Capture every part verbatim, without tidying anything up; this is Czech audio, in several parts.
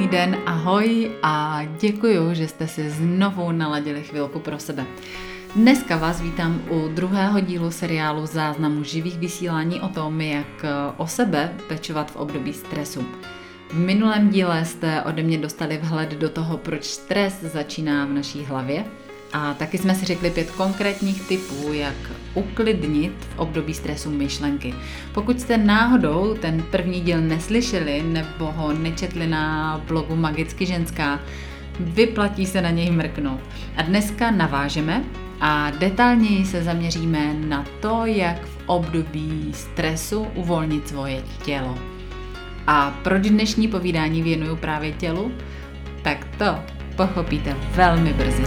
Krásný den, ahoj a děkuju, že jste si znovu naladili chvilku pro sebe. Dneska vás vítám u druhého dílu seriálu Záznamu živých vysílání o tom, jak o sebe pečovat v období stresu. V minulém díle jste ode mě dostali vhled do toho, proč stres začíná v naší hlavě a taky jsme si řekli pět konkrétních tipů, jak uklidnit v období stresu myšlenky. Pokud jste náhodou ten první díl neslyšeli nebo ho nečetli na blogu Magicky ženská, vyplatí se na něj mrknout. A dneska navážeme a detailněji se zaměříme na to, jak v období stresu uvolnit svoje tělo. A proč dnešní povídání věnuju právě tělu? Tak to pochopíte velmi brzy.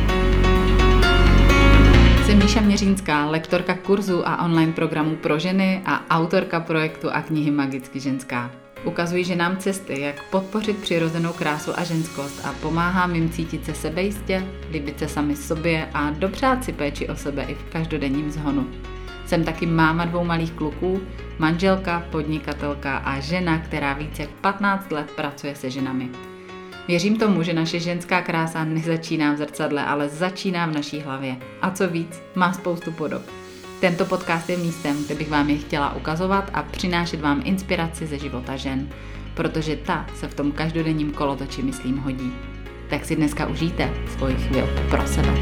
Jsem Míša Měřínská, lektorka kurzu a online programů pro ženy a autorka projektu a knihy Magicky ženská. Ukazuji ženám cesty, jak podpořit přirozenou krásu a ženskost a pomáhám jim cítit se sebejistě, líbit se sami sobě a dopřát si péči o sebe i v každodenním zhonu. Jsem taky máma dvou malých kluků, manželka, podnikatelka a žena, která více jak patnáct let pracuje se ženami. Věřím tomu, že naše ženská krása nezačíná v zrcadle, ale začíná v naší hlavě. A co víc, má spoustu podob. Tento podcast je místem, kde bych vám je chtěla ukazovat a přinášet vám inspiraci ze života žen, protože ta se v tom každodenním kolotoči, myslím, hodí. Tak si dneska užijte svoji chvilku pro sebe.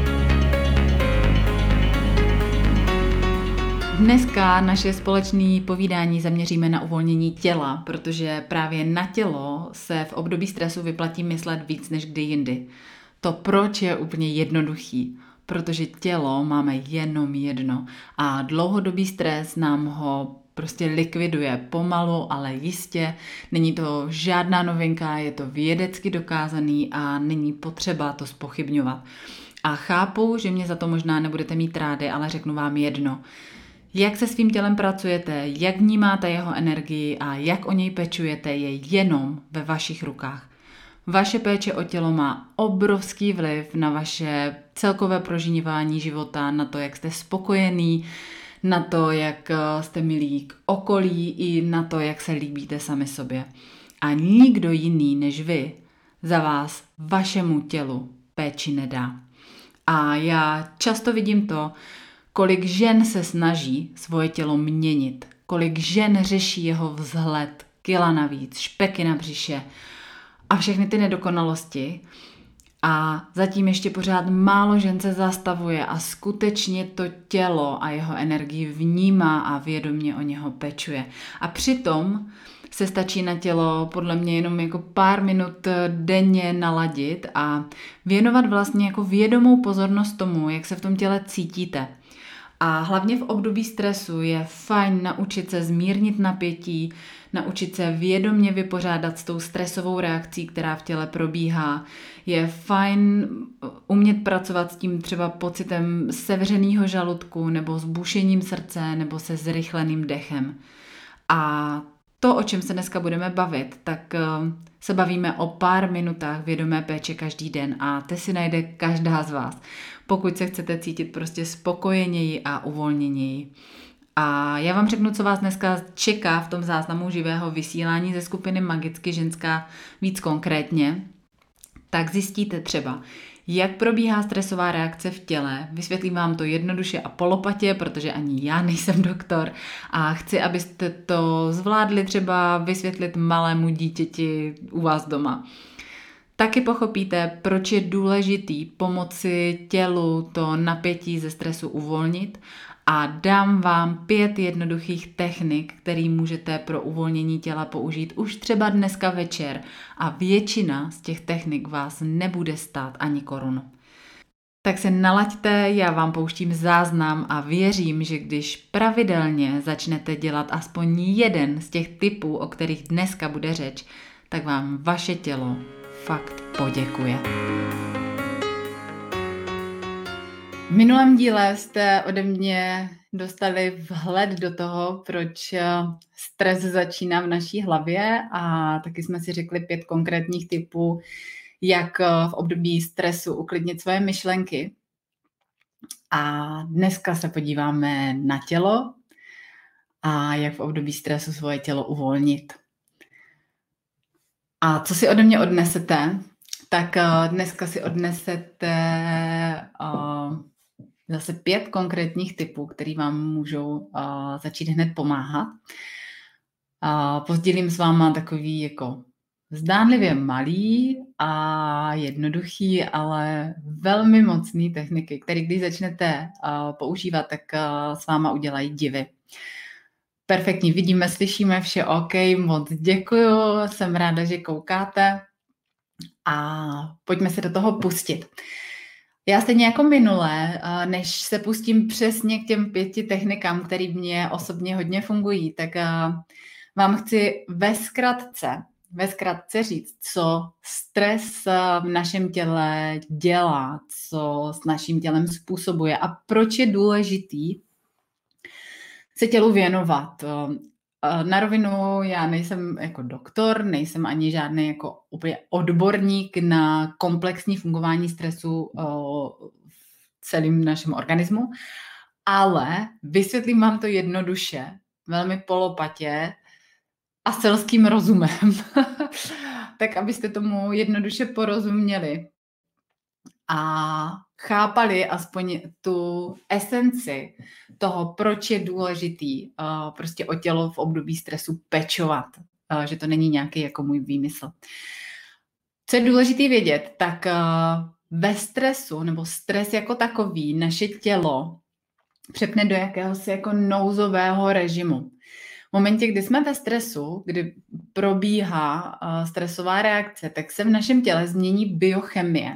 Dneska naše společné povídání zaměříme na uvolnění těla, protože právě na tělo se v období stresu vyplatí myslet víc než kdy jindy. To proč je úplně jednoduchý, protože tělo máme jenom jedno a dlouhodobý stres nám ho prostě likviduje pomalu, ale jistě. Není to žádná novinka, je to vědecky dokázaný a není potřeba to zpochybňovat. A chápu, že mě za to možná nebudete mít rády, ale řeknu vám jedno. Jak se svým tělem pracujete, jak vnímáte jeho energii a jak o něj pečujete, je jenom ve vašich rukách. Vaše péče o tělo má obrovský vliv na vaše celkové prožívání života, na to, jak jste spokojený, na to, jak jste milí k okolí i na to, jak se líbíte sami sobě. A nikdo jiný než vy za vás vašemu tělu péči nedá. A já často vidím to, kolik žen se snaží svoje tělo měnit, kolik žen řeší jeho vzhled, kila navíc, špeky na břiše a všechny ty nedokonalosti. A zatím ještě pořád málo žen se zastavuje a skutečně to tělo a jeho energii vnímá a vědomě o něho pečuje. A přitom se stačí na tělo podle mě jenom jako pár minut denně naladit a věnovat vlastně jako vědomou pozornost tomu, jak se v tom těle cítíte. A hlavně v období stresu je fajn naučit se zmírnit napětí, naučit se vědomě vypořádat s tou stresovou reakcí, která v těle probíhá. Je fajn umět pracovat s tím třeba pocitem sevřenýho žaludku nebo s bušením srdce nebo se zrychleným dechem. A to, o čem se dneska budeme bavit, tak se bavíme o pár minutách vědomé péče každý den a ty si najde každá z vás, pokud se chcete cítit prostě spokojeněji a uvolněněji. A já vám řeknu, co vás dneska čeká v tom záznamu živého vysílání ze skupiny Magicky ženská víc konkrétně. Tak zjistíte třeba, jak probíhá stresová reakce v těle. Vysvětlím vám to jednoduše a polopatě, protože ani já nejsem doktor a chci, abyste to zvládli třeba vysvětlit malému dítěti u vás doma. Taky pochopíte, proč je důležitý pomoci tělu to napětí ze stresu uvolnit a dám vám pět jednoduchých technik, které můžete pro uvolnění těla použít už třeba dneska večer a většina z těch technik vás nebude stát ani korunu. Tak se nalaďte, já vám pouštím záznam a věřím, že když pravidelně začnete dělat aspoň jeden z těch typů, o kterých dneska bude řeč, tak vám vaše tělo fakt poděkuje. V minulém díle jste ode mě dostali vhled do toho, proč stres začíná v naší hlavě a taky jsme si řekli pět konkrétních typů, jak v období stresu uklidnit svoje myšlenky. A dneska se podíváme na tělo a jak v období stresu svoje tělo uvolnit. A co si ode mě odnesete? Tak dneska si odnesete uh, zase pět konkrétních typů, které vám můžou uh, začít hned pomáhat. Uh, Pozdílím s váma takový jako zdánlivě malý a jednoduchý, ale velmi mocný techniky, které když začnete uh, používat, tak uh, s váma udělají divy. Perfektní, vidíme, slyšíme, vše OK, moc děkuju, jsem ráda, že koukáte a pojďme se do toho pustit. Já stejně jako minule, než se pustím přesně k těm pěti technikám, které mě osobně hodně fungují, tak vám chci ve zkratce, ve zkratce říct, co stres v našem těle dělá, co s naším tělem způsobuje a proč je důležitý se tělu věnovat. Na rovinu já nejsem jako doktor, nejsem ani žádný jako úplně odborník na komplexní fungování stresu v celém našem organismu, ale vysvětlím vám to jednoduše, velmi polopatě a selským rozumem, tak abyste tomu jednoduše porozuměli a chápali aspoň tu esenci toho, proč je důležitý uh, prostě o tělo v období stresu pečovat, uh, že to není nějaký jako můj výmysl. Co je důležité vědět, tak uh, ve stresu nebo stres jako takový naše tělo přepne do jakéhosi jako nouzového režimu. V momentě, kdy jsme ve stresu, kdy probíhá uh, stresová reakce, tak se v našem těle změní biochemie.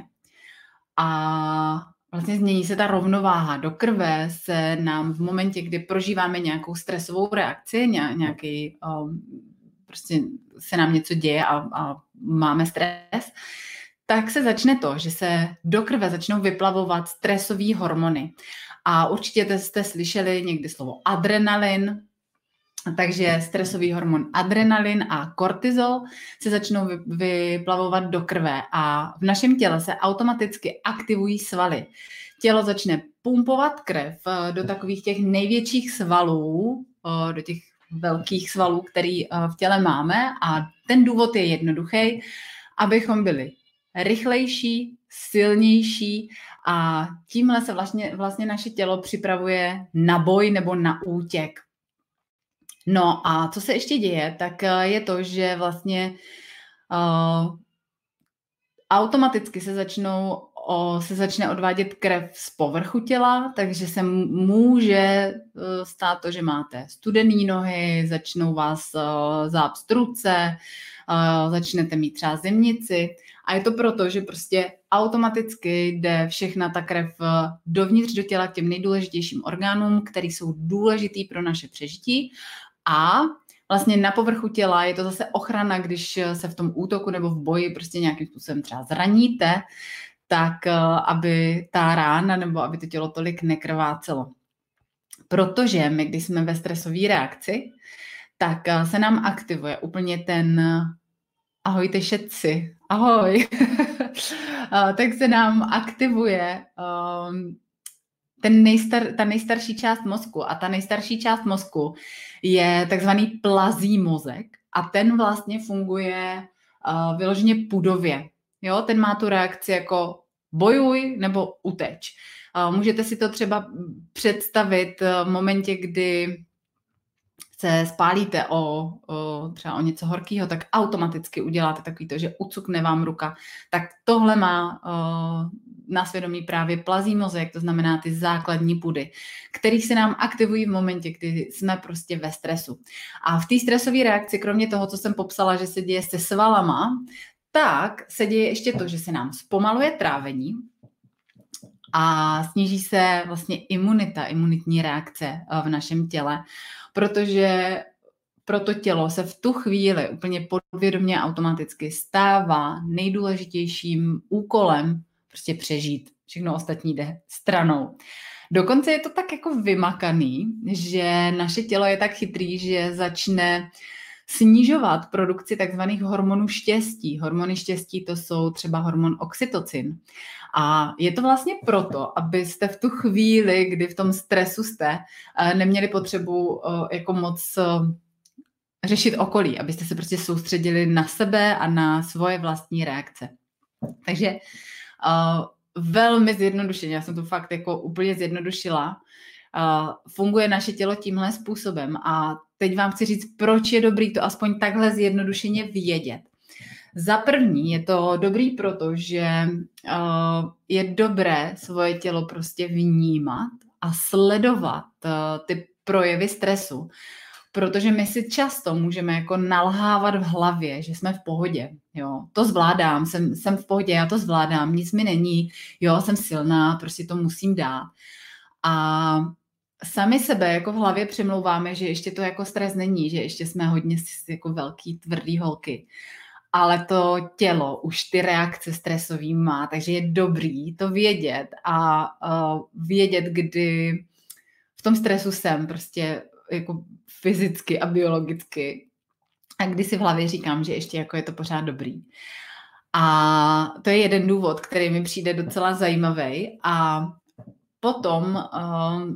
A vlastně změní se ta rovnováha. Do krve se nám v momentě, kdy prožíváme nějakou stresovou reakci, nějaký, um, prostě se nám něco děje a, a máme stres, tak se začne to, že se do krve začnou vyplavovat stresové hormony. A určitě jste slyšeli někdy slovo adrenalin, takže stresový hormon adrenalin a kortizol se začnou vyplavovat do krve a v našem těle se automaticky aktivují svaly. Tělo začne pumpovat krev do takových těch největších svalů, do těch velkých svalů, který v těle máme a ten důvod je jednoduchý, abychom byli rychlejší, silnější a tímhle se vlastně, vlastně naše tělo připravuje na boj nebo na útěk. No a co se ještě děje, tak je to, že vlastně uh, automaticky se začnou o, se začne odvádět krev z povrchu těla, takže se může uh, stát to, že máte studený nohy, začnou vás uh, zápst ruce, uh, začnete mít třeba zimnici a je to proto, že prostě automaticky jde všechna ta krev dovnitř do těla k těm nejdůležitějším orgánům, které jsou důležitý pro naše přežití. A vlastně na povrchu těla je to zase ochrana, když se v tom útoku nebo v boji prostě nějakým způsobem třeba zraníte, tak aby ta rána nebo aby to tělo tolik nekrvácelo. Protože my, když jsme ve stresové reakci, tak se nám aktivuje úplně ten ahojte šetci, ahoj, tak se nám aktivuje um, ten nejstar, ta nejstarší část mozku a ta nejstarší část mozku je takzvaný plazí mozek a ten vlastně funguje uh, vyloženě pudově. Jo? Ten má tu reakci jako bojuj nebo uteč. Uh, můžete si to třeba představit v momentě, kdy se spálíte o, o třeba o něco horkého, tak automaticky uděláte takový to, že ucukne vám ruka. Tak tohle má o, na svědomí právě plazí mozek, to znamená ty základní pudy, které se nám aktivují v momentě, kdy jsme prostě ve stresu. A v té stresové reakci, kromě toho, co jsem popsala, že se děje se svalama, tak se děje ještě to, že se nám zpomaluje trávení a sníží se vlastně imunita, imunitní reakce v našem těle, protože pro to tělo se v tu chvíli úplně podvědomě automaticky stává nejdůležitějším úkolem prostě přežít. Všechno ostatní jde stranou. Dokonce je to tak jako vymakaný, že naše tělo je tak chytrý, že začne snižovat produkci takzvaných hormonů štěstí. Hormony štěstí to jsou třeba hormon oxytocin. A je to vlastně proto, abyste v tu chvíli, kdy v tom stresu jste, neměli potřebu jako moc řešit okolí, abyste se prostě soustředili na sebe a na svoje vlastní reakce. Takže uh, velmi zjednodušeně, já jsem to fakt jako úplně zjednodušila, uh, funguje naše tělo tímhle způsobem a teď vám chci říct, proč je dobrý to aspoň takhle zjednodušeně vědět. Za první je to dobrý proto, že uh, je dobré svoje tělo prostě vnímat a sledovat uh, ty projevy stresu, protože my si často můžeme jako nalhávat v hlavě, že jsme v pohodě, jo, to zvládám, jsem, jsem v pohodě, já to zvládám, nic mi není, jo, jsem silná, prostě to musím dát. A sami sebe jako v hlavě přemlouváme, že ještě to jako stres není, že ještě jsme hodně jako velký, tvrdý holky. Ale to tělo už ty reakce stresový má, takže je dobrý to vědět a uh, vědět, kdy v tom stresu jsem prostě jako fyzicky a biologicky a kdy si v hlavě říkám, že ještě jako je to pořád dobrý. A to je jeden důvod, který mi přijde docela zajímavý a potom uh,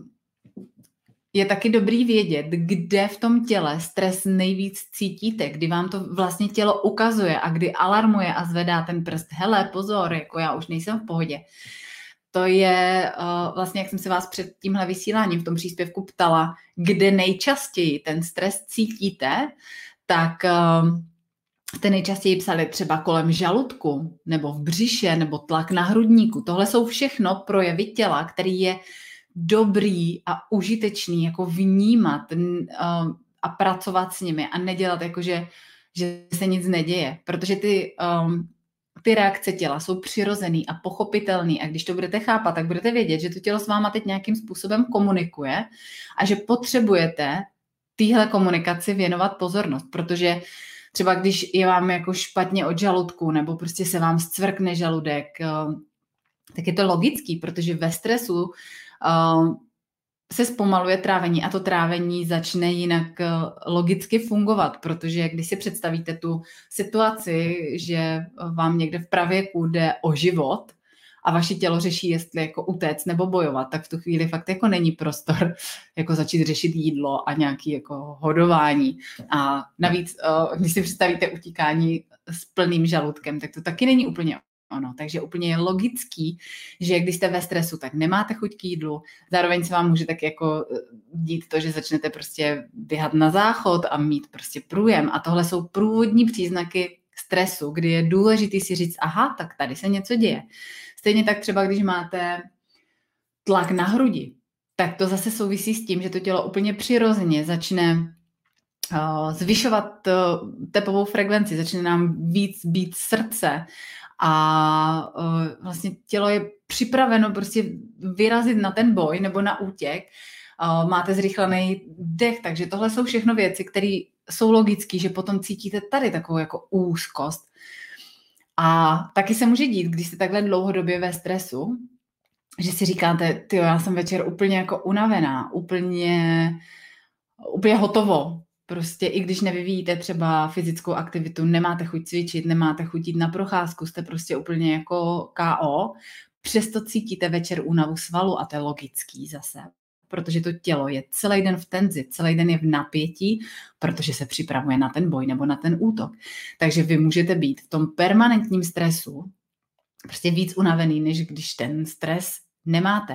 je taky dobrý vědět, kde v tom těle stres nejvíc cítíte, kdy vám to vlastně tělo ukazuje a kdy alarmuje a zvedá ten prst. Hele, pozor, jako já už nejsem v pohodě. To je uh, vlastně, jak jsem se vás před tímhle vysíláním v tom příspěvku ptala, kde nejčastěji ten stres cítíte, tak uh, jste nejčastěji psali třeba kolem žaludku, nebo v břiše, nebo tlak na hrudníku. Tohle jsou všechno projevy těla, který je dobrý a užitečný jako vnímat uh, a pracovat s nimi a nedělat jako, že, že se nic neděje, protože ty, um, ty reakce těla jsou přirozený a pochopitelný a když to budete chápat, tak budete vědět, že to tělo s váma teď nějakým způsobem komunikuje a že potřebujete téhle komunikaci věnovat pozornost, protože třeba když je vám jako špatně od žaludku nebo prostě se vám zcvrkne žaludek, uh, tak je to logický, protože ve stresu Uh, se zpomaluje trávení a to trávení začne jinak uh, logicky fungovat, protože když si představíte tu situaci, že vám někde v pravěku jde o život a vaše tělo řeší, jestli jako utéct nebo bojovat, tak v tu chvíli fakt jako není prostor jako začít řešit jídlo a nějaký jako hodování. A navíc, uh, když si představíte utíkání s plným žaludkem, tak to taky není úplně ono. Takže úplně je logický, že když jste ve stresu, tak nemáte chuť k jídlu, zároveň se vám může tak jako dít to, že začnete prostě běhat na záchod a mít prostě průjem a tohle jsou průvodní příznaky stresu, kdy je důležitý si říct, aha, tak tady se něco děje. Stejně tak třeba, když máte tlak na hrudi, tak to zase souvisí s tím, že to tělo úplně přirozeně začne uh, zvyšovat uh, tepovou frekvenci, začne nám víc být srdce a uh, vlastně tělo je připraveno prostě vyrazit na ten boj nebo na útěk. Uh, máte zrychlený dech, takže tohle jsou všechno věci, které jsou logické, že potom cítíte tady takovou jako úzkost. A taky se může dít, když jste takhle dlouhodobě ve stresu, že si říkáte, tyjo, já jsem večer úplně jako unavená, úplně, úplně hotovo. Prostě i když nevyvíjíte třeba fyzickou aktivitu, nemáte chuť cvičit, nemáte chuť jít na procházku, jste prostě úplně jako ká ó, přesto cítíte večer únavu svalu a to je logický zase, protože to tělo je celý den v tenzi, celý den je v napětí, protože se připravuje na ten boj nebo na ten útok. Takže vy můžete být v tom permanentním stresu prostě víc unavený, než když ten stres nemáte.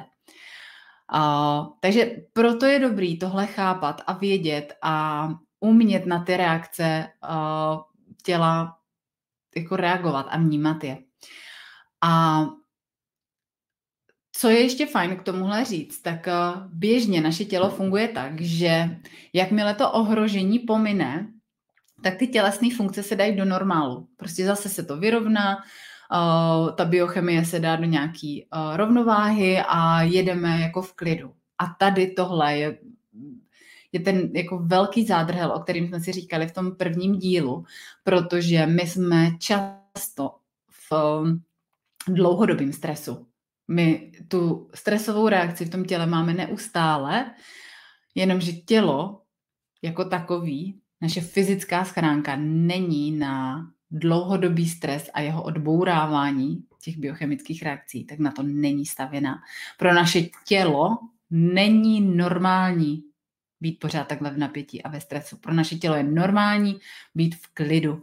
Uh, takže proto je dobrý tohle chápat a vědět a umět na ty reakce uh, těla jako reagovat a vnímat je. A co je ještě fajn k tomuhle říct, tak uh, běžně naše tělo funguje tak, že jakmile to ohrožení pomine, tak ty tělesné funkce se dají do normálu. Prostě zase se to vyrovná, uh, ta biochemie se dá do nějaký uh, rovnováhy a jedeme jako v klidu. A tady tohle je, je ten jako velký zádrhel, o kterém jsme si říkali v tom prvním dílu, protože my jsme často v um, dlouhodobém stresu. My tu stresovou reakci v tom těle máme neustále, jenomže tělo jako takový, naše fyzická schránka není na dlouhodobý stres a jeho odbourávání těch biochemických reakcí, tak na to není stavěná. Pro naše tělo není normální být pořád takhle v napětí a ve stresu. Pro naše tělo je normální být v klidu.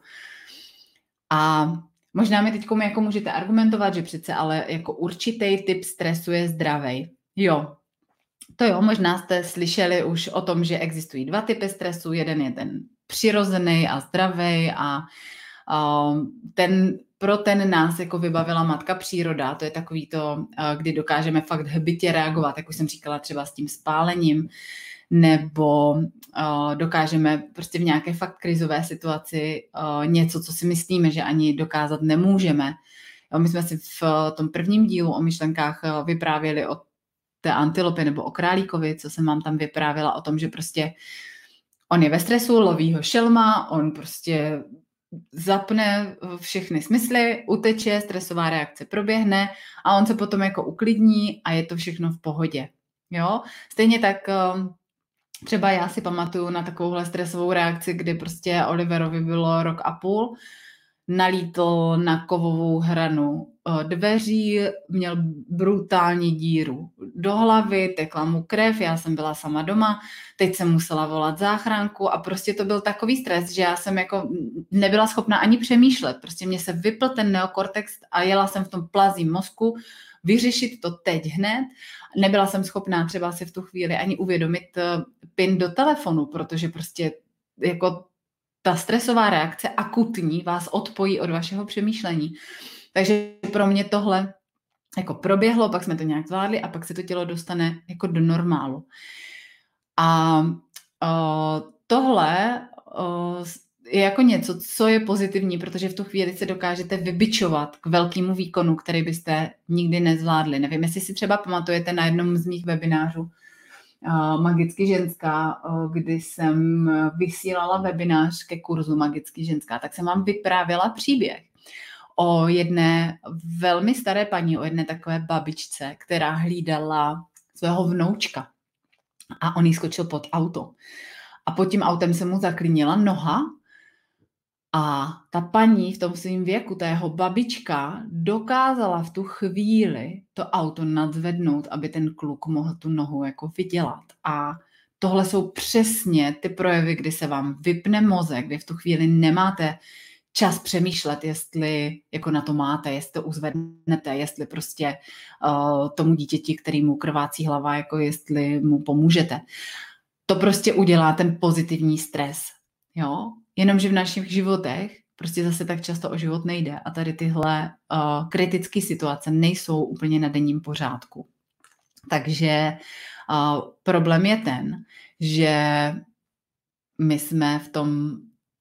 A možná mi teď jako můžete argumentovat, že přece ale jako určitý typ stresu je zdravej. Jo, to jo, možná jste slyšeli už o tom, že existují dva typy stresu. Jeden je ten přirozený a zdravý a uh, ten, pro ten nás jako vybavila matka příroda. To je takový to, uh, kdy dokážeme fakt hbitě reagovat, jak už jsem říkala, třeba s tím spálením, nebo uh, dokážeme prostě v nějaké fakt krizové situaci uh, něco, co si myslíme, že ani dokázat nemůžeme. Jo, my jsme si v uh, tom prvním dílu o myšlenkách uh, vyprávěli o té antilopě nebo o králíkovi, co jsem vám tam vyprávěla o tom, že prostě on je ve stresu, loví ho šelma, on prostě zapne všechny smysly, uteče, stresová reakce proběhne a on se potom jako uklidní a je to všechno v pohodě. Jo? Stejně tak třeba já si pamatuju na takovouhle stresovou reakci, kdy prostě Oliverovi bylo rok a půl, nalítl na kovovou hranu dveří, měl brutální díru do hlavy, tekla mu krev, já jsem byla sama doma, teď jsem musela volat záchranku a prostě to byl takový stres, že já jsem jako nebyla schopna ani přemýšlet, prostě mě se vypl ten neokortex a jela jsem v tom plazím mozku vyřešit to teď hned. Nebyla jsem schopná třeba si v tu chvíli ani uvědomit pin do telefonu, protože prostě jako ta stresová reakce akutní vás odpojí od vašeho přemýšlení. Takže pro mě tohle jako proběhlo, pak jsme to nějak zvládli a pak se to tělo dostane jako do normálu. A o, tohle o, je jako něco, co je pozitivní, protože v tu chvíli se dokážete vybičovat k velkému výkonu, který byste nikdy nezvládli. Nevím, jestli si třeba pamatujete na jednom z mých webinářů Magicky ženská, kdy jsem vysílala webinář ke kurzu Magicky ženská, tak jsem vám vyprávěla příběh o jedné velmi staré paní, o jedné takové babičce, která hlídala svého vnoučka a on jí skočil pod auto. A pod tím autem se mu zaklínila noha a ta paní v tom svým věku, ta jeho babička, dokázala v tu chvíli to auto nadzvednout, aby ten kluk mohl tu nohu jako vydělat. A tohle jsou přesně ty projevy, kdy se vám vypne mozek, kdy v tu chvíli nemáte čas přemýšlet, jestli jako na to máte, jestli to uzvednete, jestli prostě uh, tomu dítěti, který mu krvácí hlava, jako jestli mu pomůžete. To prostě udělá ten pozitivní stres. Jo? Jenomže v našich životech prostě zase tak často o život nejde a tady tyhle uh, kritické situace nejsou úplně na denním pořádku. Takže uh, problém je ten, že my jsme v tom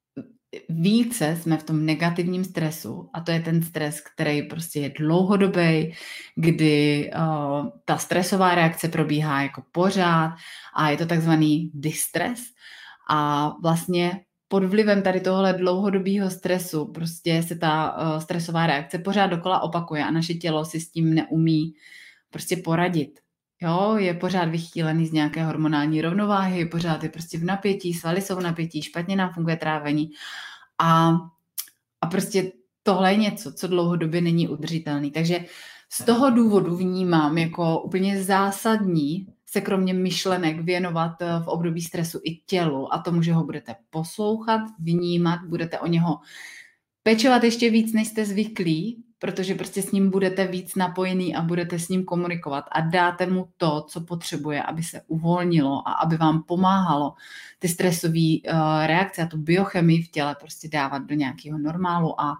více jsme v tom negativním stresu a to je ten stres, který prostě je dlouhodobý, kdy uh, ta stresová reakce probíhá jako pořád a je to takzvaný distres a vlastně pod vlivem tady tohle dlouhodobého stresu prostě se ta uh, stresová reakce pořád dokola opakuje a naše tělo si s tím neumí prostě poradit. Jo, je pořád vychýlený z nějaké hormonální rovnováhy, pořád je prostě v napětí, svaly jsou v napětí, špatně nám funguje trávení a, a prostě tohle je něco, co dlouhodobě není udržitelný. Takže z toho důvodu vnímám jako úplně zásadní se kromě myšlenek věnovat v období stresu i tělu a tomu, že ho budete poslouchat, vnímat, budete o něho pečovat ještě víc, než jste zvyklí, protože prostě s ním budete víc napojený a budete s ním komunikovat a dáte mu to, co potřebuje, aby se uvolnilo a aby vám pomáhalo ty stresové uh, reakce a tu biochemii v těle prostě dávat do nějakého normálu a,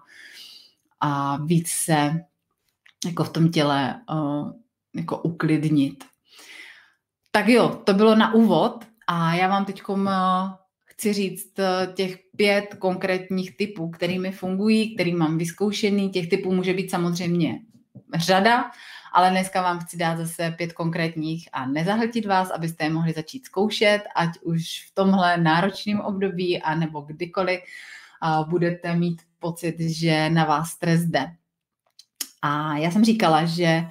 a víc se jako v tom těle uh, jako uklidnit. Tak jo, to bylo na úvod a já vám teď uh, chci říct těch pět konkrétních typů, kterými fungují, který mám vyzkoušený. Těch typů může být samozřejmě řada, ale dneska vám chci dát zase pět konkrétních a nezahltit vás, abyste je mohli začít zkoušet, ať už v tomhle náročném období, anebo kdykoliv budete mít pocit, že na vás stres jde. A já jsem říkala, že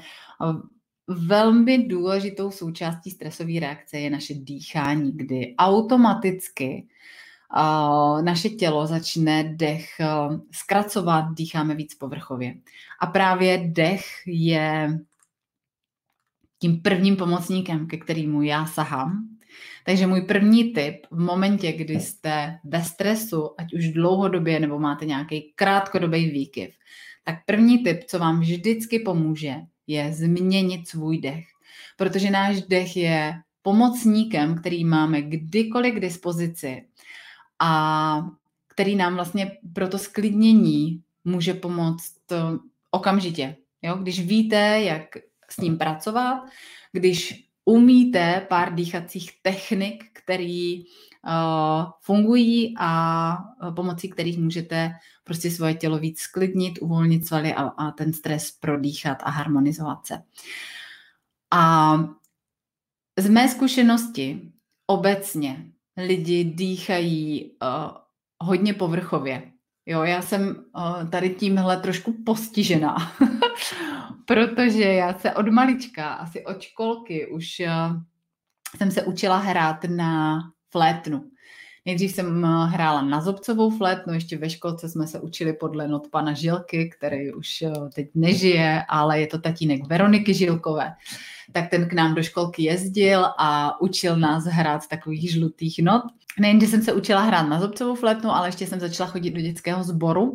velmi důležitou součástí stresové reakce je naše dýchání, kdy automaticky uh, naše tělo začne dech uh, zkracovat, dýcháme víc povrchově. A právě dech je tím prvním pomocníkem, ke kterému já sahám, Takže můj první tip v momentě, kdy jste ve stresu, ať už dlouhodobě nebo máte nějaký krátkodobý výkyv, tak první tip, co vám vždycky pomůže, je změnit svůj dech. Protože náš dech je pomocníkem, který máme kdykoliv k dispozici a který nám vlastně pro to sklidnění může pomoct okamžitě. Jo? Když víte, jak s ním pracovat, když umíte pár dýchacích technik, které uh, fungují a pomocí kterých můžete prostě svoje tělo víc sklidnit, uvolnit svaly a, a ten stres prodýchat a harmonizovat se. A z mé zkušenosti obecně lidi dýchají uh, hodně povrchově. Jo, já jsem uh, tady tímhle trošku postižená, protože já se od malička, asi od školky, už uh, jsem se učila hrát na flétnu. Nejdřív jsem hrála na zobcovou flétnu, ještě ve školce jsme se učili podle not pana Žilky, který už uh, teď nežije, ale je to tatínek Veroniky Žilkové. Tak ten k nám do školky jezdil a učil nás hrát z takových žlutých not. Nejen, že jsem se učila hrát na zobcovou flétnu, ale ještě jsem začala chodit do dětského sboru.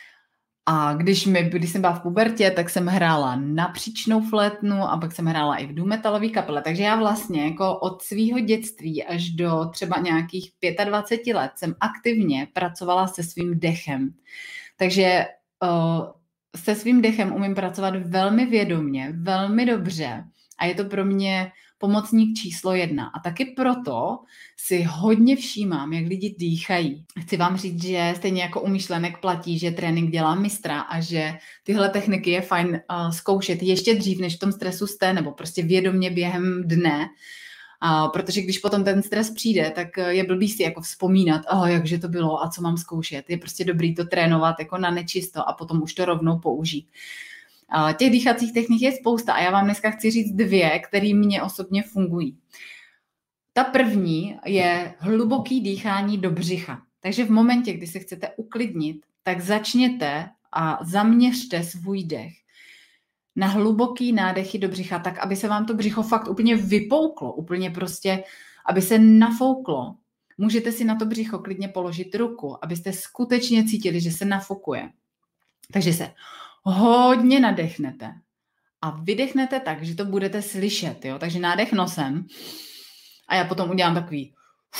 A když, mi, když jsem byla v pubertě, tak jsem hrála na příčnou flétnu a pak jsem hrála i v doom metalové kapele. Takže já vlastně jako od svého dětství až do třeba nějakých dvacet pět let jsem aktivně pracovala se svým dechem. Takže uh, se svým dechem umím pracovat velmi vědomě, velmi dobře. A je to pro mě pomocník číslo jedna. A taky proto si hodně všímám, jak lidi dýchají. Chci vám říct, že stejně jako u myšlenek platí, že trénink dělá mistra a že tyhle techniky je fajn uh, zkoušet ještě dřív, než v tom stresu jste, nebo prostě vědomě během dne. Uh, protože když potom ten stres přijde, tak je blbý si jako vzpomínat, oh, jakže to bylo a co mám zkoušet. Je prostě dobrý to trénovat jako na nečisto a potom už to rovnou použít. Těch dýchacích technik je spousta a já vám dneska chci říct dvě, které mě osobně fungují. Ta první je hluboký dýchání do břicha. Takže v momentě, kdy se chcete uklidnit, tak začněte a zaměřte svůj dech na hluboký nádechy do břicha, tak aby se vám to břicho fakt úplně vypouklo, úplně prostě, aby se nafouklo. Můžete si na to břicho klidně položit ruku, abyste skutečně cítili, že se nafukuje. Takže se hodně nadechnete a vydechnete tak, že to budete slyšet. Jo? Takže nádech nosem a já potom udělám takový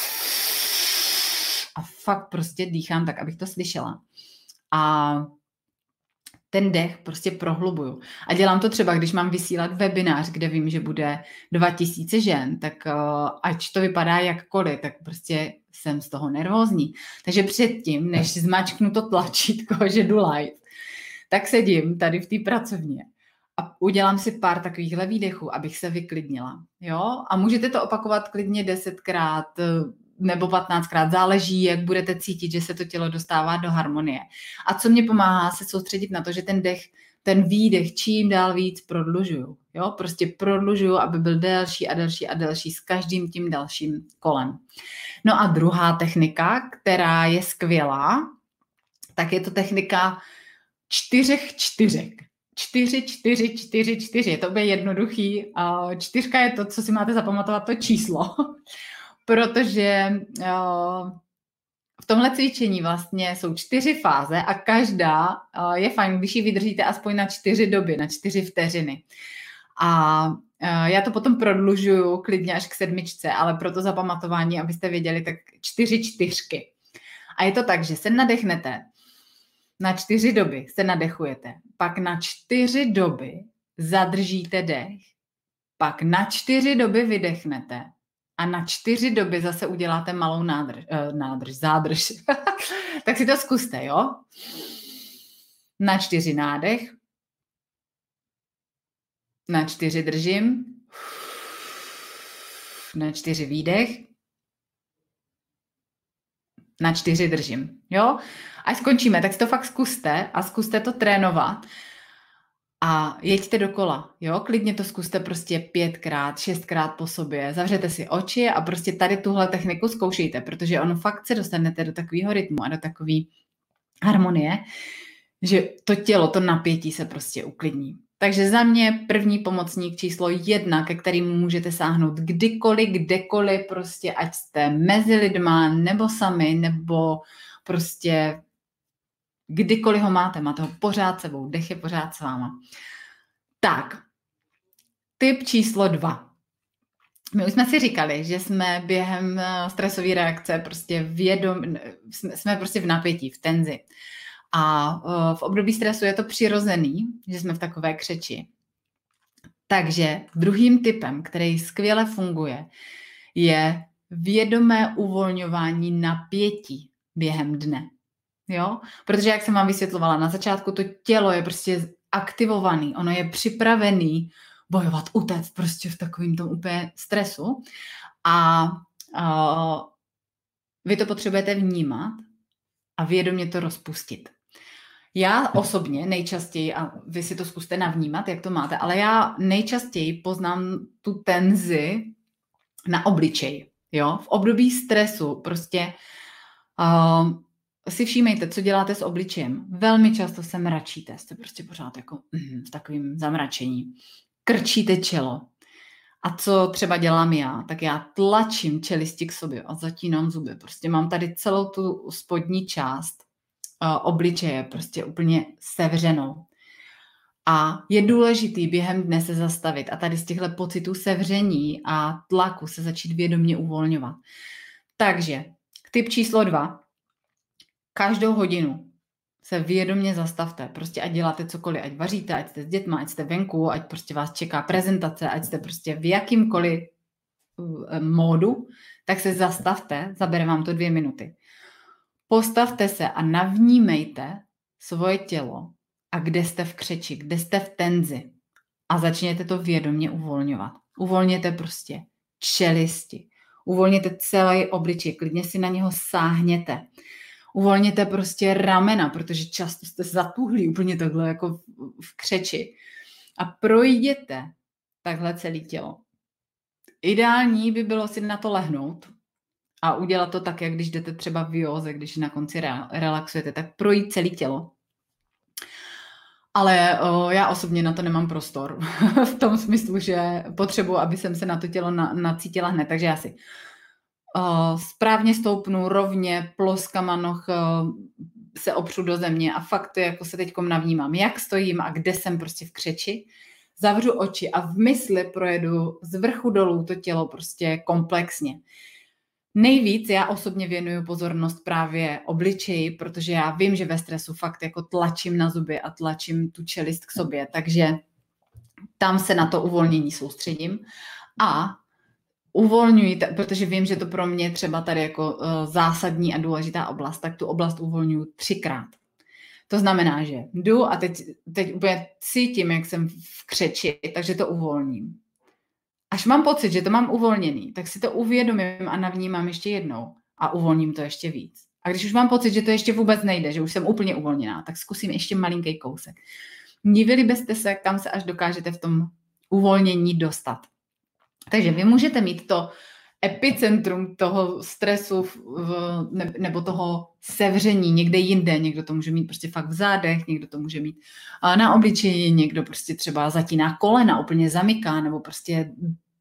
a fakt prostě dýchám tak, abych to slyšela. A ten dech prostě prohlubuju. A dělám to třeba, když mám vysílat webinář, kde vím, že bude dva tisíce žen, tak uh, ať to vypadá jakkoliv, tak prostě jsem z toho nervózní. Takže předtím, než zmačknu to tlačítko, že jdu live, tak sedím tady v té pracovně a udělám si pár takovýchhle výdechů, abych se vyklidnila. Jo? A můžete to opakovat klidně desetkrát nebo patnáctkrát, záleží, jak budete cítit, že se to tělo dostává do harmonie. A co mě pomáhá se soustředit na to, že ten dech, ten výdech čím dál víc prodlužuju. Jo? Prostě prodlužuju, aby byl delší a delší a delší s každým tím dalším kolem. No a druhá technika, která je skvělá, tak je to technika čtyřech čtyřek. Čtyři, čtyři, čtyři, čtyři. Je to úplně jednoduchý. Čtyřka je to, co si máte zapamatovat, to číslo. Protože v tomhle cvičení vlastně jsou čtyři fáze a každá je fajn, když ji vydržíte aspoň na čtyři doby, na čtyři vteřiny. A já to potom prodlužuju klidně až k sedmičce, ale pro to zapamatování, abyste věděli, tak čtyři čtyřky. A je to tak, že se nadechnete, na čtyři doby se nadechujete, pak na čtyři doby zadržíte dech, pak na čtyři doby vydechnete a na čtyři doby zase uděláte malou nádrž, eh, nádrž zádrž. Tak si to zkuste, jo? Na čtyři nádech, na čtyři držím, na čtyři výdech, na čtyři držím, jo? Až skončíme, tak si to fakt zkuste a zkuste to trénovat a jeďte dokola, jo? Klidně to zkuste prostě pětkrát, šestkrát po sobě, zavřete si oči a prostě tady tuhle techniku zkoušejte, protože ono fakt se dostanete do takového rytmu a do takové harmonie, že to tělo, to napětí se prostě uklidní. Takže za mě první pomocník číslo jedna, ke kterému můžete sáhnout kdykoliv, kdekoliv, prostě ať jste mezi lidma, nebo sami, nebo prostě kdykoliv ho máte, máte ho pořád sebou, dech je pořád s váma. Tak, tip číslo dva. My už jsme si říkali, že jsme během stresové reakce prostě vědom, jsme prostě v napětí, v tenzi. A v období stresu je to přirozený, že jsme v takové křeči. Takže druhým typem, který skvěle funguje, je vědomé uvolňování napětí během dne. Jo? Protože jak jsem vám vysvětlovala na začátku, to tělo je prostě aktivovaný, ono je připravený bojovat, utéct prostě v takovým tom úplně stresu. A, a vy to potřebujete vnímat a vědomě to rozpustit. Já osobně nejčastěji, a vy si to zkuste navnímat, jak to máte, ale já nejčastěji poznám tu tenzi na obličeji. Jo? V období stresu prostě uh, si všímejte, co děláte s obličejem. Velmi často se mračíte, jste prostě pořád jako mm, v takovým zamračení. Krčíte čelo. A co třeba dělám já, tak já tlačím čelisti k sobě a zatínám zuby. Prostě mám tady celou tu spodní část uh, obličeje prostě úplně sevřenou. A je důležitý během dne se zastavit a tady z těchto pocitů sevření a tlaku se začít vědomě uvolňovat. Takže tip číslo dva. Každou hodinu se vědomě zastavte, prostě ať děláte cokoliv, ať vaříte, ať jste s dětma, ať jste venku, ať prostě vás čeká prezentace, ať jste prostě v jakýmkoliv módu, tak se zastavte, zabere vám to dvě minuty. Postavte se a navnímejte svoje tělo a kde jste v křeči, kde jste v tenzi a začněte to vědomě uvolňovat. Uvolněte prostě čelisti, uvolněte celý obličej, klidně si na něho sáhněte. Uvolněte prostě ramena, protože často jste zatuhlí úplně takhle jako v, v křeči. A projděte takhle celé tělo. Ideální by bylo si na to lehnout a udělat to tak, jak když jdete třeba v józe, když na konci re- relaxujete, tak projít celé tělo. Ale o, já osobně na to nemám prostor. V tom smyslu, že potřebuji, aby jsem se na to tělo na, nacítila hned. Takže já si Uh, správně stoupnu rovně, ploskama noh uh, se opřu do země a fakt to jako se teďkom navnímám, jak stojím a kde jsem prostě v křeči. Zavřu oči a v mysli projedu z vrchu dolů to tělo prostě komplexně. Nejvíc já osobně věnuju pozornost právě obličeji, protože já vím, že ve stresu fakt jako tlačím na zuby a tlačím tu čelist k sobě, takže tam se na to uvolnění soustředím a uvolňuji, protože vím, že to pro mě třeba tady jako uh, zásadní a důležitá oblast, tak tu oblast uvolňuji třikrát. To znamená, že jdu a teď, teď úplně cítím, jak jsem v křeči, takže to uvolním. Až mám pocit, že to mám uvolněný, tak si to uvědomím a navnímám ještě jednou a uvolním to ještě víc. A když už mám pocit, že to ještě vůbec nejde, že už jsem úplně uvolněná, tak zkusím ještě malinký kousek. Divili byste se, kam se až dokážete v tom uvolnění dostat. Takže vy můžete mít to epicentrum toho stresu v, ne, nebo toho sevření někde jinde. Někdo to může mít prostě fakt v zádech, někdo to může mít na obličeji, někdo prostě třeba zatíná kolena, úplně zamyká, nebo prostě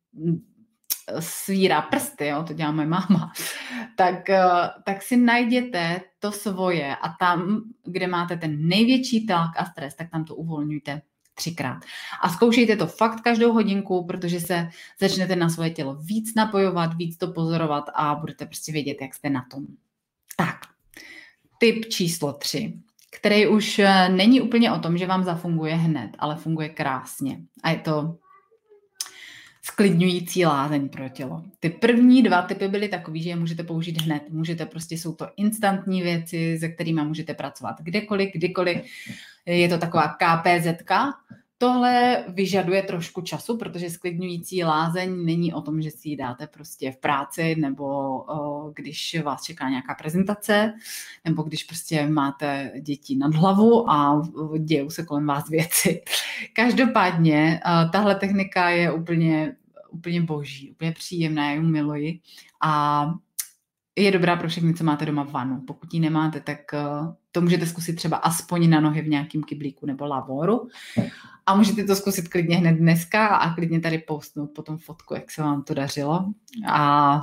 svírá prsty, jo, to dělá moje máma. Tak, tak si najděte to svoje a tam, kde máte ten největší tlak a stres, tak tam to uvolňujte třikrát. A zkoušejte to fakt každou hodinku, protože se začnete na svoje tělo víc napojovat, víc to pozorovat a budete prostě vědět, jak jste na tom. Tak, tip číslo tři, který už není úplně o tom, že vám zafunguje hned, ale funguje krásně. A je to sklidňující lázeň pro tělo. Ty první dva typy byly takový, že je můžete použít hned. Můžete prostě, jsou to instantní věci, se kterými můžete pracovat kdekoliv, kdykoliv. Je to taková ká pé zetka. Tohle vyžaduje trošku času, protože sklidňující lázeň není o tom, že si ji dáte prostě v práci nebo o, když vás čeká nějaká prezentace, nebo když prostě máte děti nad hlavu a dějou se kolem vás věci. Každopádně tahle technika je úplně, úplně boží, úplně příjemná, já ji miluji a je dobrá pro všechny, co máte doma vanu. Pokud ji nemáte, tak uh, to můžete zkusit třeba aspoň na nohy v nějakém kyblíku nebo lavoru. A můžete to zkusit klidně hned dneska a klidně tady postnout potom fotku, jak se vám to dařilo. A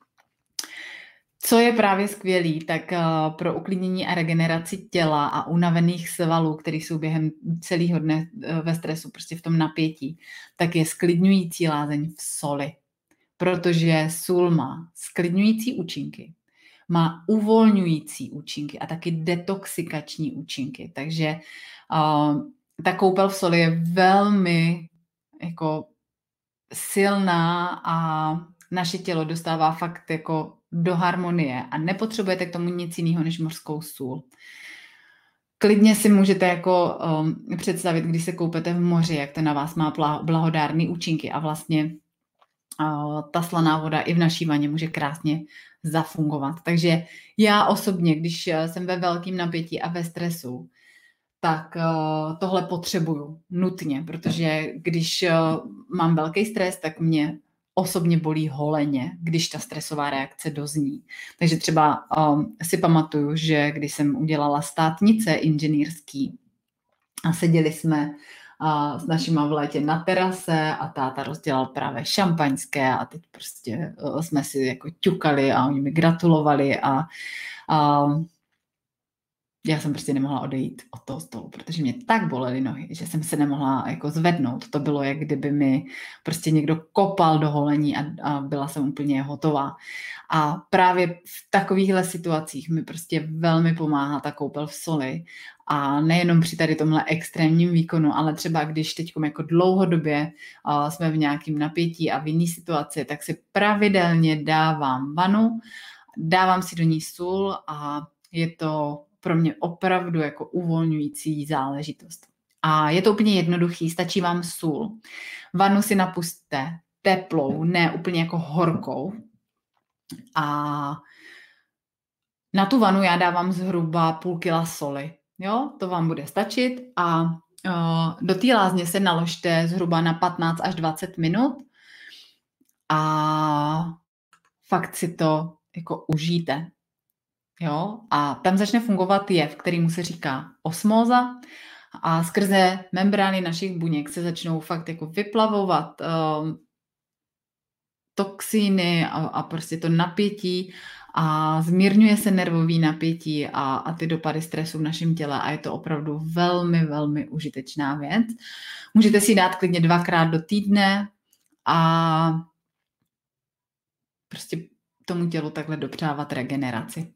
co je právě skvělý, tak uh, pro uklidnění a regeneraci těla a unavených svalů, které jsou během celého dne uh, ve stresu, prostě v tom napětí, tak je sklidňující lázeň v soli. Protože sůl má sklidňující účinky, má uvolňující účinky a taky detoxikační účinky. Takže uh, ta koupel v soli je velmi jako silná a naše tělo dostává fakt jako do harmonie a nepotřebujete k tomu nic jiného než mořskou sůl. Klidně si můžete jako um, představit, když se koupete v moři, jak to na vás má blahodárné účinky a vlastně uh, ta slaná voda i v naší vaně může krásně zafungovat. Takže já osobně, když jsem ve velkém napětí a ve stresu, tak uh, tohle potřebuju nutně, protože když uh, mám velký stres, tak mě osobně bolí holeně, když ta stresová reakce dozní. Takže třeba um, si pamatuju, že když jsem udělala státnice inženýrský a seděli jsme uh, s našima v létě na terase a táta rozdělal právě šampaňské a teď prostě uh, jsme si jako ťukali a oni mi gratulovali a uh, já jsem prostě nemohla odejít od toho stolu, protože mě tak bolely nohy, že jsem se nemohla jako zvednout. To bylo, jak kdyby mi prostě někdo kopal do holení a, a byla jsem úplně hotová. A právě v takovýchhle situacích mi prostě velmi pomáhá ta koupel v soli. A nejenom při tady tomhle extrémním výkonu, ale třeba když teď jako dlouhodobě uh, jsme v nějakém napětí a v jiné situaci, tak si pravidelně dávám vanu, dávám si do ní sůl a je to pro mě opravdu jako uvolňující záležitost. A je to úplně jednoduchý, stačí vám sůl. Vanu si napustte teplou, ne úplně jako horkou. A na tu vanu já dávám zhruba půl kila soli. Jo, to vám bude stačit a uh, do té lázně se naložte zhruba na patnáct až dvacet minut a fakt si to jako užijte. Jo? A tam začne fungovat jev, kterýmu se říká osmóza a skrze membrány našich buněk se začnou fakt jako vyplavovat um, toxíny a, a prostě to napětí a zmírňuje se nervový napětí a, a ty dopady stresu v našem těle a je to opravdu velmi, velmi užitečná věc. Můžete si dát klidně dvakrát do týdne a prostě tomu tělu takhle dopřávat regeneraci.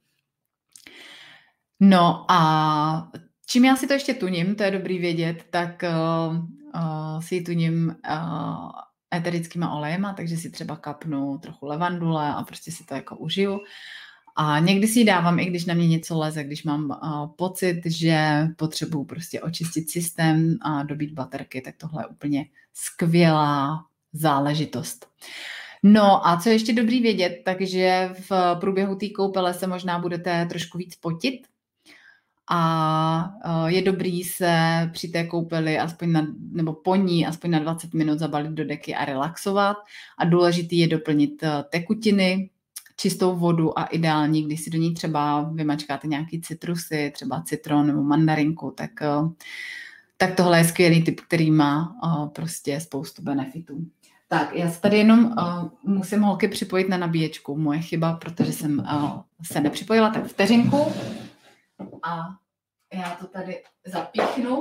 No a čím já si to ještě tuním, to je dobrý vědět, tak uh, uh, si tuním uh, eterickýma olejema, takže si třeba kapnu trochu levandule a prostě si to jako užiju. A někdy si ji dávám, i když na mě něco leze, když mám uh, pocit, že potřebuju prostě očistit systém a dobít baterky, tak tohle je úplně skvělá záležitost. No a co je ještě dobrý vědět, takže v průběhu té koupele se možná budete trošku víc potit a je dobrý se při té koupeli aspoň na, nebo po ní aspoň na dvacet minut zabalit do deky a relaxovat a důležitý je doplnit tekutiny, čistou vodu a ideální, když si do ní třeba vymačkáte nějaký citrusy, třeba citron nebo mandarinku, tak, tak tohle je skvělý tip, který má prostě spoustu benefitů. Tak, já se tady jenom uh, musím holky připojit na nabíječku. Moje chyba, protože jsem uh, se nepřipojila, tak vteřinku. A já to tady zapíchnu,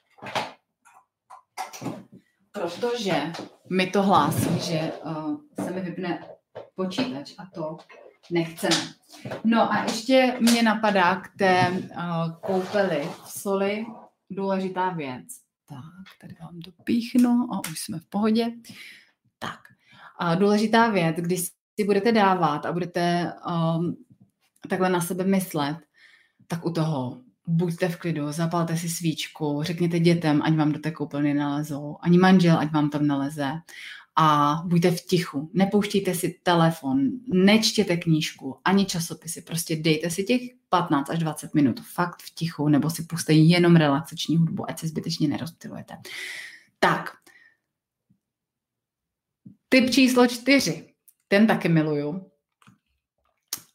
protože mi to hlásí, že uh, se mi vypne počítač a to nechceme. No a ještě mě napadá k té uh, koupeli v soli důležitá věc. Tak, tady vám to píchnu a už jsme v pohodě. Tak, a důležitá věc, když si budete dávat a budete um, takhle na sebe myslet, tak u toho buďte v klidu, zapalte si svíčku, řekněte dětem, ať vám do té koupelny nalezou, ani manžel, ať vám tam naleze a buďte v tichu. Nepouštějte si telefon, nečtěte knížku, ani časopisy, prostě dejte si těch patnáct až dvacet minut fakt v tichu, nebo si puste jenom relaxační hudbu, ať se zbytečně nerozptylujete. Tak, tip číslo čtyři, ten taky miluju.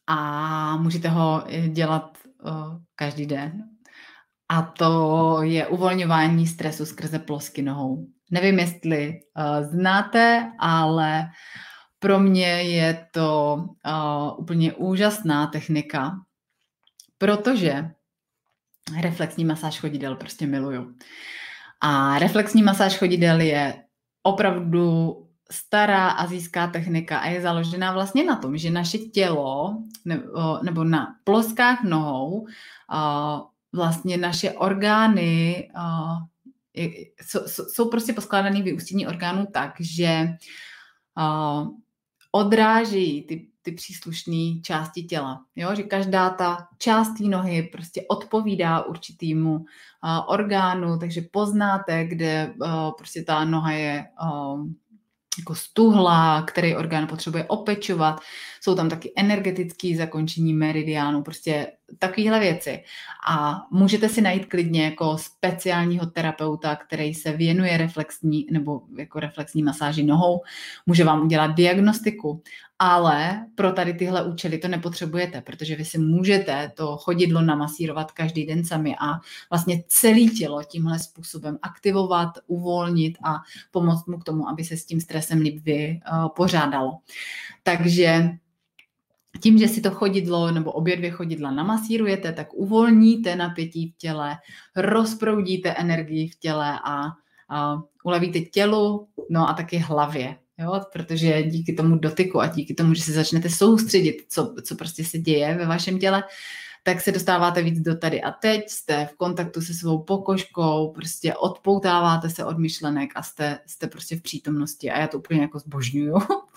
a můžete ho dělat uh, každý den. A to je uvolňování stresu skrze plosky nohou. Nevím, jestli uh, znáte, ale pro mě je to uh, úplně úžasná technika, protože reflexní masáž chodidel prostě miluju. A reflexní masáž chodidel je opravdu stará asijská technika a je založená vlastně na tom, že naše tělo nebo, nebo na ploskách nohou uh, vlastně naše orgány uh, jsou, jsou prostě poskládaný vyústění orgánů tak, že uh, odrážejí ty, ty příslušné části těla. Jo? Že každá ta část té nohy prostě odpovídá určitýmu uh, orgánu, takže poznáte, kde uh, prostě ta noha je uh, jako stuhlá, který orgán potřebuje opečovat. Jsou tam taky energetické zakončení meridiánu, prostě takovéhle věci. A můžete si najít klidně jako speciálního terapeuta, který se věnuje reflexní nebo jako reflexní masáži nohou. Může vám udělat diagnostiku, ale pro tady tyhle účely to nepotřebujete, protože vy si můžete to chodidlo namasírovat každý den sami a vlastně celé tělo tímhle způsobem aktivovat, uvolnit a pomoct mu k tomu, aby se s tím stresem líp vypořádalo. Takže tím, že si to chodidlo nebo obě dvě chodidla namasírujete, tak uvolníte napětí v těle, rozproudíte energii v těle a, a ulevíte tělu, no a taky hlavě. Jo? Protože díky tomu dotyku a díky tomu, že se začnete soustředit, co, co prostě se děje ve vašem těle, tak se dostáváte víc do tady a teď, jste v kontaktu se svou pokožkou, prostě odpoutáváte se od myšlenek a jste, jste prostě v přítomnosti a já to úplně jako zbožňuju.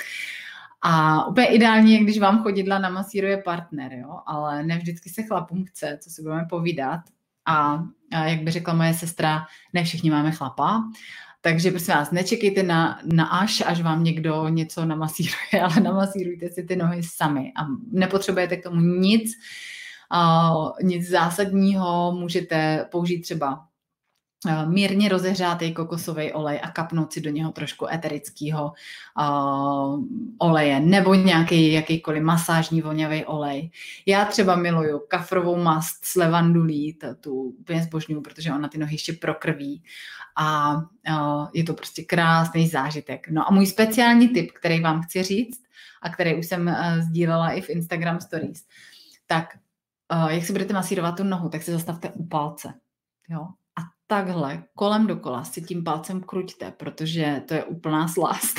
A úplně ideální je, když vám chodidla namasíruje partner, jo? Ale ne vždycky se chlapům chce, co si budeme povídat. A, a jak by řekla moje sestra, ne všichni máme chlapa, takže prosím vás, nečekejte na, na až, až vám někdo něco namasíruje, ale namasírujte si ty nohy sami a nepotřebujete k tomu nic, uh, nic zásadního, můžete použít třeba mírně rozehřátej kokosový olej a kapnout si do něho trošku eterického uh, oleje nebo nějaký jakýkoliv masážní voňavý olej. Já třeba miluju kafrovou mast s levandulí, tu úplně zbožňuju, protože ona ty nohy ještě prokrví a uh, je to prostě krásný zážitek. No a můj speciální tip, který vám chci říct a který už jsem uh, sdílela i v Instagram Stories, tak uh, jak si budete masírovat tu nohu, tak se zastavte u palce, jo. Takhle kolem dokola si tím palcem kruťte, protože to je úplná slast.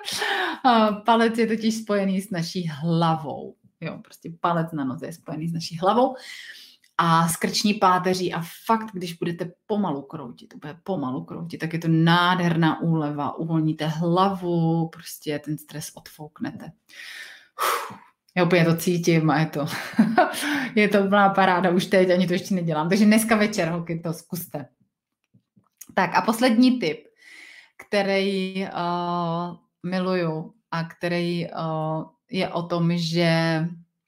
Palec je totiž spojený s naší hlavou. Jo, prostě palec na noze je spojený s naší hlavou a s krční páteří a fakt, když budete pomalu kroutit, úplně pomalu kroutit, tak je to nádherná úleva, uvolníte hlavu, prostě ten stres odfouknete. Uf. Já úplně to cítím a je to, je to úplná paráda už teď, ani to ještě nedělám. Takže dneska večer, holky, to zkuste. Tak a poslední tip, který uh, miluju a který uh, je o tom, že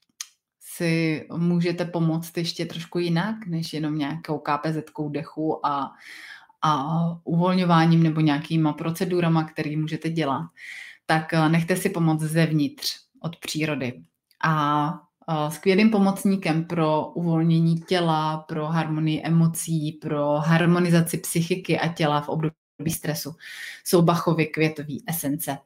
si můžete pomoct ještě trošku jinak, než jenom nějakou kápezetkou dechu a, a uvolňováním nebo nějakýma procedurama, které můžete dělat, tak uh, nechte si pomoct zevnitř od přírody. A skvělým pomocníkem pro uvolnění těla, pro harmonii emocí, pro harmonizaci psychiky a těla v období stresu jsou Bachovy květové esence.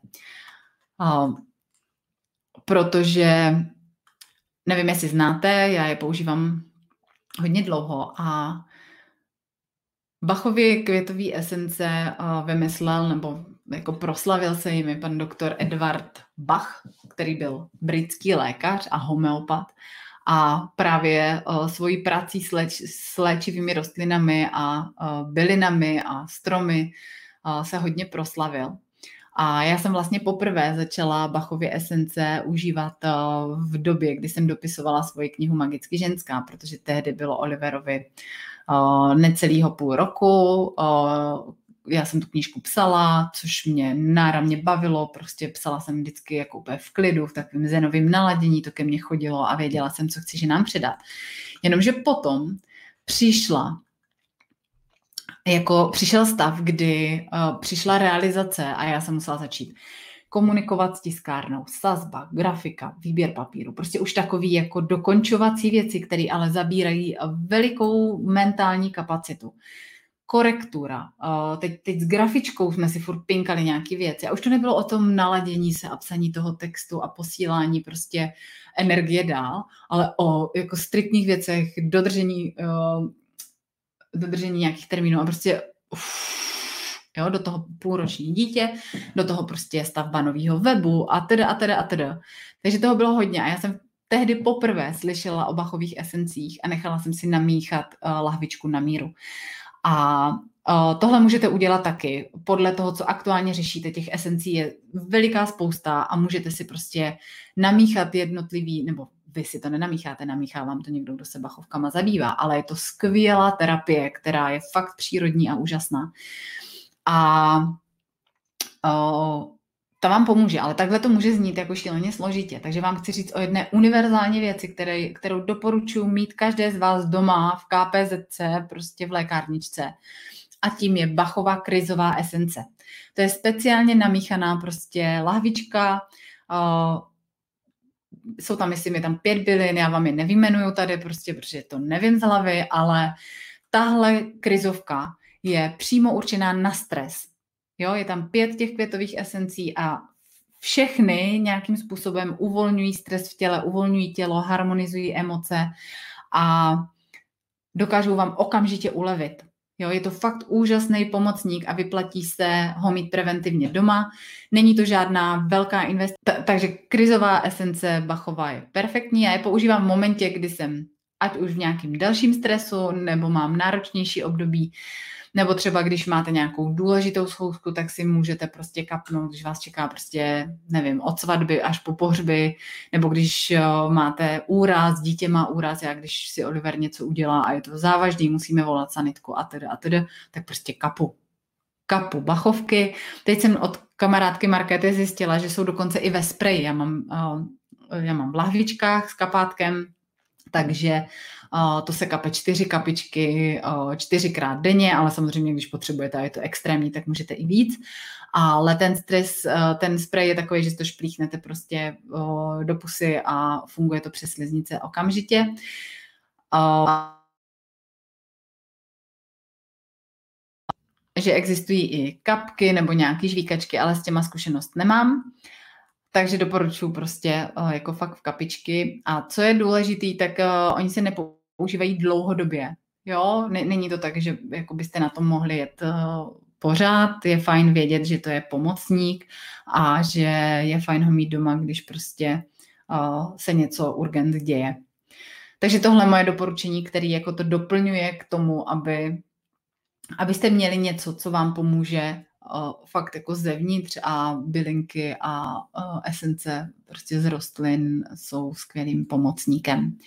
Protože, nevím, jestli znáte, já je používám hodně dlouho a Bachovy květové esence vymyslel nebo jako proslavil se jimi pan doktor Edward Bach, který byl britský lékař a homeopat a právě uh, svojí prací s, léč, s léčivými rostlinami a uh, bylinami a stromy uh, se hodně proslavil. A já jsem vlastně poprvé začala Bachovy esence užívat uh, v době, kdy jsem dopisovala svoji knihu Magicky ženská, protože tehdy bylo Oliverovi uh, necelýho půl roku. Uh, Já jsem tu knížku psala, což mě náramně bavilo, prostě psala jsem vždycky jako úplně v klidu, v takovém zenovém naladění, to ke mně chodilo a věděla jsem, co chci ženám předat. Jenomže potom přišla, jako přišel stav, kdy uh, přišla realizace a já jsem musela začít komunikovat s tiskárnou, sazba, grafika, výběr papíru, prostě už takový jako dokončovací věci, které ale zabírají velikou mentální kapacitu. Korektura. Teď, teď s grafičkou jsme si furt pinkali nějaký věci a už to nebylo o tom naladění se a psaní toho textu a posílání prostě energie dál, ale o jako striktních věcech, dodržení, uh, dodržení nějakých termínů a prostě uf, jo, do toho půlroční dítě, do toho prostě stavba nového webu a teda a teda a teda. Takže toho bylo hodně a já jsem tehdy poprvé slyšela o Bachových esencích a nechala jsem si namíchat uh, lahvičku na míru. A uh, tohle můžete udělat taky. Podle toho, co aktuálně řešíte, těch esencí je veliká spousta a můžete si prostě namíchat jednotlivý, nebo vy si to nenamícháte, namíchá vám to někdo, kdo se bachovkama zabývá, ale je to skvělá terapie, která je fakt přírodní a úžasná. A uh, ta vám pomůže, ale takhle to může znít jako šíleně složitě. Takže vám chci říct o jedné univerzální věci, které, kterou doporučuji mít každé z vás doma v ká pé zet cé, prostě v lékárničce. A tím je Bachova krizová esence. To je speciálně namíchaná prostě lahvička. Uh, jsou tam, myslím, je tam pět bylin, já vám je nevyjmenuju tady, prostě, protože to nevím z hlavy, ale tahle krizovka je přímo určená na stres. Jo, je tam pět těch květových esencí a všechny nějakým způsobem uvolňují stres v těle, uvolňují tělo, harmonizují emoce a dokážou vám okamžitě ulevit. Jo, je to fakt úžasný pomocník a vyplatí se ho mít preventivně doma. Není to žádná velká investice, takže krizová esence Bachova je perfektní. Já je používám v momentě, kdy jsem ať už v nějakým dalším stresu, nebo mám náročnější období, nebo třeba když máte nějakou důležitou schůzku, tak si můžete prostě kapnout, když vás čeká prostě, nevím, od svatby až po pohřby, nebo když máte úraz, dítě má úraz, já když si Oliver něco udělá a je to závažný, musíme volat sanitku a teda a teda, tak prostě kapu. Kapu bachovky. Teď jsem od kamarádky Markéty zjistila, že jsou dokonce i ve spreji. Já mám, já mám v lahvičkách s kapátkem, takže uh, to se kape čtyři kapičky uh, čtyřikrát denně, ale samozřejmě, když potřebujete a je to extrémní, tak můžete i víc. Ale ten stres, uh, ten sprej je takový, že si to šplíchnete prostě uh, do pusy a funguje to přes sliznice okamžitě. Uh, že existují i kapky nebo nějaký žvíkačky, ale s těma zkušenost nemám. Takže doporučuji prostě uh, jako fakt v kapičky. A co je důležitý, tak uh, oni se nepoužívají dlouhodobě. Jo, není to tak, že jako byste na tom mohli jet uh, pořád. Je fajn vědět, že to je pomocník a že je fajn ho mít doma, když prostě uh, se něco urgent děje. Takže tohle je moje doporučení, který jako to doplňuje k tomu, aby, abyste měli něco, co vám pomůže Uh, fakt jako zevnitř a bylinky a uh, esence prostě z rostlin jsou skvělým pomocníkem.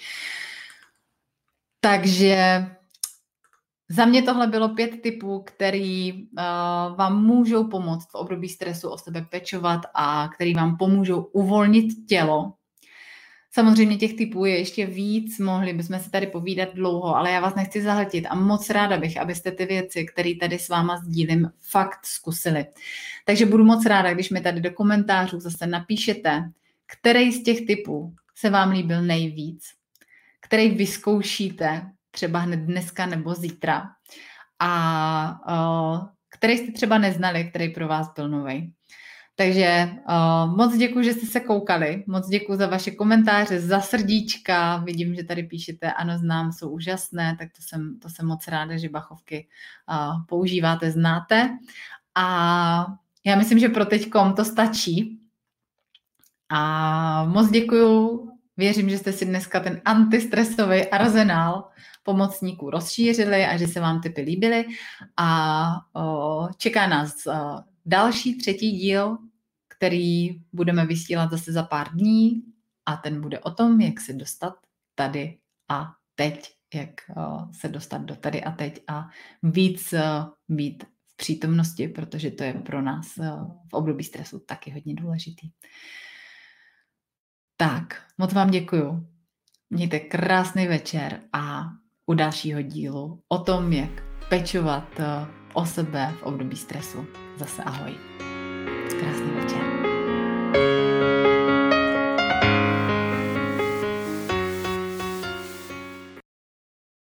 Takže za mě tohle bylo pět tipů, který uh, vám můžou pomoct v období stresu o sebe pečovat a který vám pomůžou uvolnit tělo. Samozřejmě těch typů je ještě víc, mohli bychom si tady povídat dlouho, ale já vás nechci zahltit a moc ráda bych, abyste ty věci, které tady s váma sdílím, fakt zkusili. Takže budu moc ráda, když mi tady do komentářů zase napíšete, který z těch typů se vám líbil nejvíc, který vyzkoušíte třeba hned dneska nebo zítra a uh, který jste třeba neznali, který pro vás byl novej. Takže uh, moc děkuji, že jste se koukali, moc děkuji za vaše komentáře, za srdíčka, vidím, že tady píšete, ano, znám, jsou úžasné, tak to jsem, to jsem moc ráda, že bachovky uh, používáte, znáte. A já myslím, že pro teďkom to stačí. A moc děkuji, věřím, že jste si dneska ten antistresový arzenál pomocníků rozšířili a že se vám tipy líbily. A uh, čeká nás uh, další třetí díl, který budeme vysílat zase za pár dní a ten bude o tom, jak se dostat tady a teď, jak uh, se dostat do tady a teď a víc uh, být v přítomnosti, protože to je pro nás uh, v období stresu taky hodně důležitý. Tak, moc vám děkuju. Mějte krásný večer a u dalšího dílu o tom, jak pečovat uh, o sebe v období stresu. Zase ahoj. Krásný večer.